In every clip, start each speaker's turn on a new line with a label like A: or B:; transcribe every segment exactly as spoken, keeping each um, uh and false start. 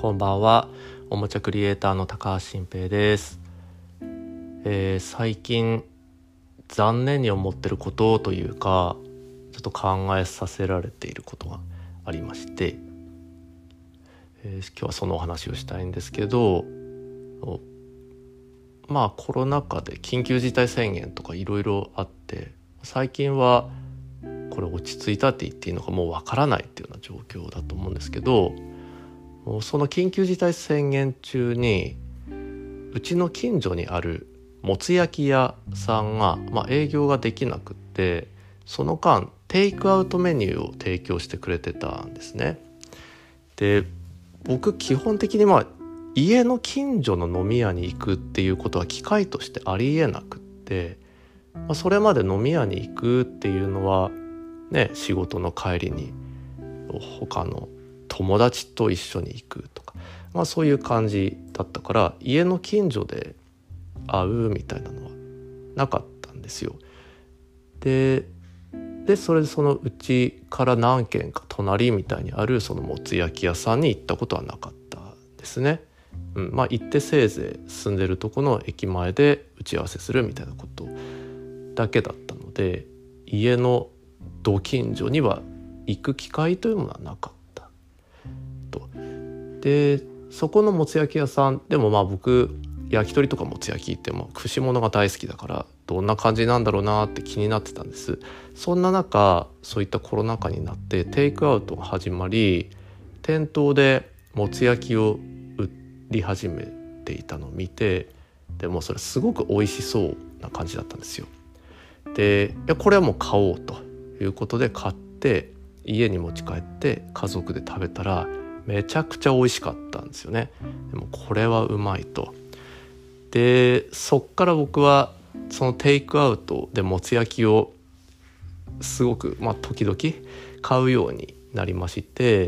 A: こんばんは。おもちゃクリエイターの高橋新平です。えー、最近残念に思ってることというか、ちょっと考えさせられていることがありまして、えー、今日はそのお話をしたいんですけど、まあコロナ禍で緊急事態宣言とかいろいろあって、最近はこれ落ち着いたって言っていいのかもうわからないっていうような状況だと思うんですけど、その緊急事態宣言中にうちの近所にあるもつ焼き屋さんが、まあ、営業ができなくって、その間テイクアウトメニューを提供してくれてたんですね。で、僕基本的にまあ家の近所の飲み屋に行くっていうことは機会としてありえなくって、まあ、それまで飲み屋に行くっていうのはね、仕事の帰りに他の友達と一緒に行くとか、まあそういう感じだったから、家の近所で会うみたいなのはなかったんですよ。で、でそれでそのうちから何軒か隣みたいにあるそのもつ焼き屋さんに行ったことはなかったですね。うん、まあ行ってせいぜい住んでるとこの駅前で打ち合わせするみたいなことだけだったので、家のど近所には行く機会というものはなかったと。で、そこのもつ焼き屋さんでもまあ僕焼き鳥とかもつ焼きっても串物が大好きだから、どんな感じなんだろうなって気になってたんです。そんな中、そういったコロナ禍になってテイクアウトが始まり、店頭でもつ焼きを売り始めていたのを見て、でもそれすごく美味しそうな感じだったんですよ。で、いやこれはもう買おうということで買って家に持ち帰って家族で食べたらめちゃくちゃ美味しかったんですよね。でもこれはうまいと。で、そっから僕はそのテイクアウトでもつ焼きをすごくまあ時々買うようになりまして、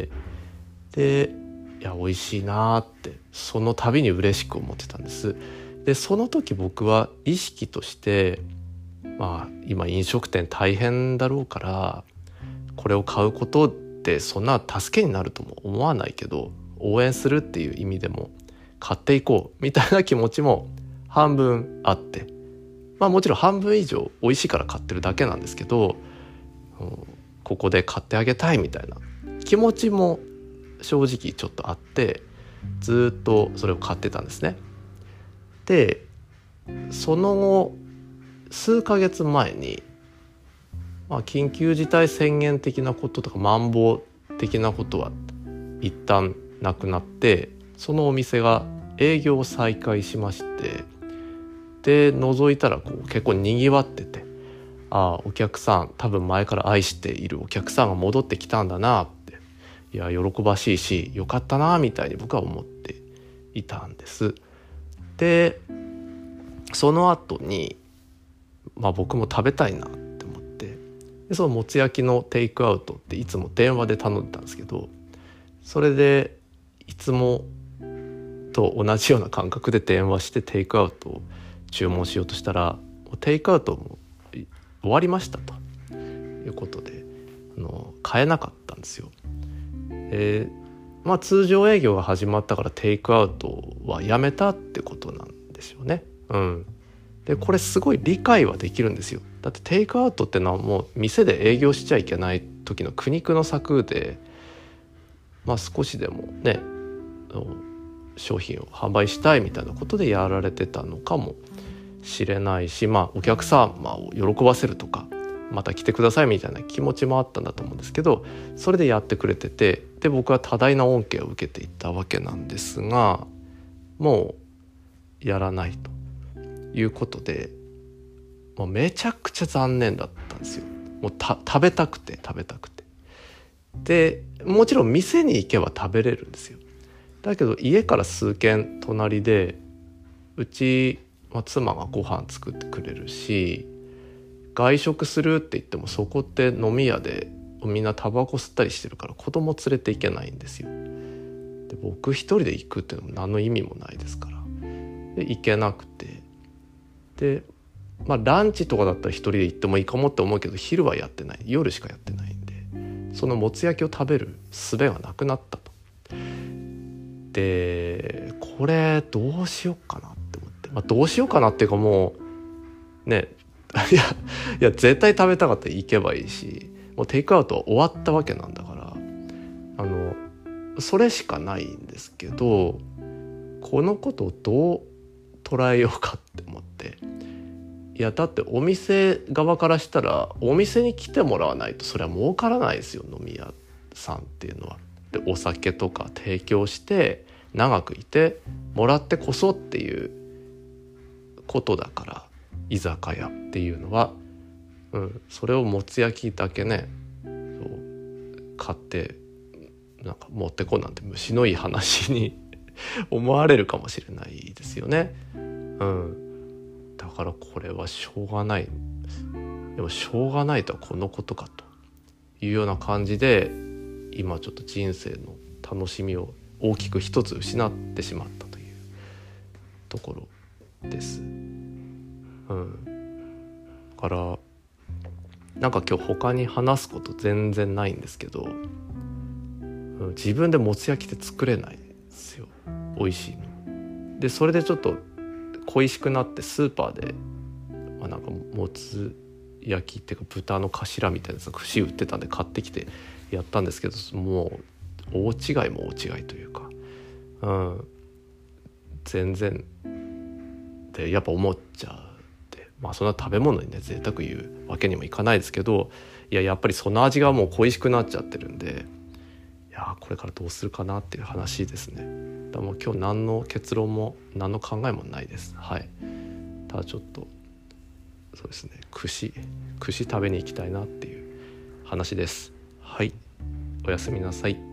A: で、いや美味しいなってその度に嬉しく思ってたんです。で、その時僕は意識として、まあ今飲食店大変だろうからこれを買うことってそんな助けになるとも思わないけど、応援するっていう意味でも買っていこうみたいな気持ちも半分あって、まあもちろん半分以上美味しいから買ってるだけなんですけど、ここで買ってあげたいみたいな気持ちも正直ちょっとあって、ずっとそれを買ってたんですね。で、その後数ヶ月前に、まあ、緊急事態宣言的なこととかまん防的なことは一旦なくなって、そのお店が営業を再開しまして、で覗いたらこう結構にぎわってて、ああお客さん多分前から愛しているお客さんが戻ってきたんだなって、いや喜ばしいしよかったなみたいに僕は思っていたんです。でその後に、まあ、僕も食べたいなって思って、でそのもつ焼きのテイクアウトっていつも電話で頼んでたんですけど、それでいつもと同じような感覚で電話してテイクアウトを注文しようとしたら、テイクアウトも終わりましたということで、あの買えなかったんですよ。えー、まあ通常営業が始まったからテイクアウトはやめたってことなんですよね。うん。でこれすごい理解はできるんですよ。だってテイクアウトってのはもう店で営業しちゃいけない時の苦肉の策で、まあ少しでもね商品を販売したいみたいなことでやられてたのかもしれないし、まあお客様を喜ばせるとかまた来てくださいみたいな気持ちもあったんだと思うんですけど、それでやってくれてて、で僕は多大な恩恵を受けていたわけなんですが、もうやらないということで、もうめちゃくちゃ残念だったんですよ。もうた食べたくて食べたくて、でもちろん店に行けば食べれるんですよ。だけど家から数軒隣でうち、まあ、妻がご飯作ってくれるし、外食するって言ってもそこって飲み屋でみんなタバコ吸ったりしてるから子供連れて行けないんですよ。で僕一人で行くっていうのも何の意味もないですから、で行けなくて、でまあランチとかだったら一人で行ってもいいかもって思うけど、昼はやってない、夜しかやってないんで、そのもつ焼きを食べる術がなくなったと。 でこれどうしようかなって思って、まあ、どうしようかなっていうかもうねいやいや絶対食べたかったら行けばいいし、もうテイクアウトは終わったわけなんだから、あのそれしかないんですけど、このことをどう捉えようかって思って、いやだってお店側からしたらお店に来てもらわないとそれは儲からないですよ、飲み屋さんっていうのは。でお酒とか提供して長くいてもらってこそっていうことだから、居酒屋っていうのは、うん、それをもつ焼きだけねそう買ってなんか持ってこなんて虫のいい話に思われるかもしれないですよね。うん、だからこれはしょうがない。でもしょうがないとはこのことかというような感じで、今ちょっと人生の楽しみを大きく一つ失ってしまったというところです。うん、だからなんか今日他に話すこと全然ないんですけど、うん、自分でもつ焼きって作れないんですよ、美味しいので。それでちょっと恋しくなってスーパーで、まあ、なんかもつ焼きっていうか豚の頭みたいなやつが串売ってたんで買ってきてやったんですけど、もう大違いも大違いというか、うん、全然でやっぱ思っちゃう。でまあそんな食べ物にね贅沢言うわけにもいかないですけど、いややっぱりその味がもう恋しくなっちゃってるんで、いやこれからどうするかなっていう話ですね。だからもう今日何の結論も何の考えもないです。はい。ただちょっとそうですね、串串食べに行きたいなっていう話です。はい、おやすみなさい。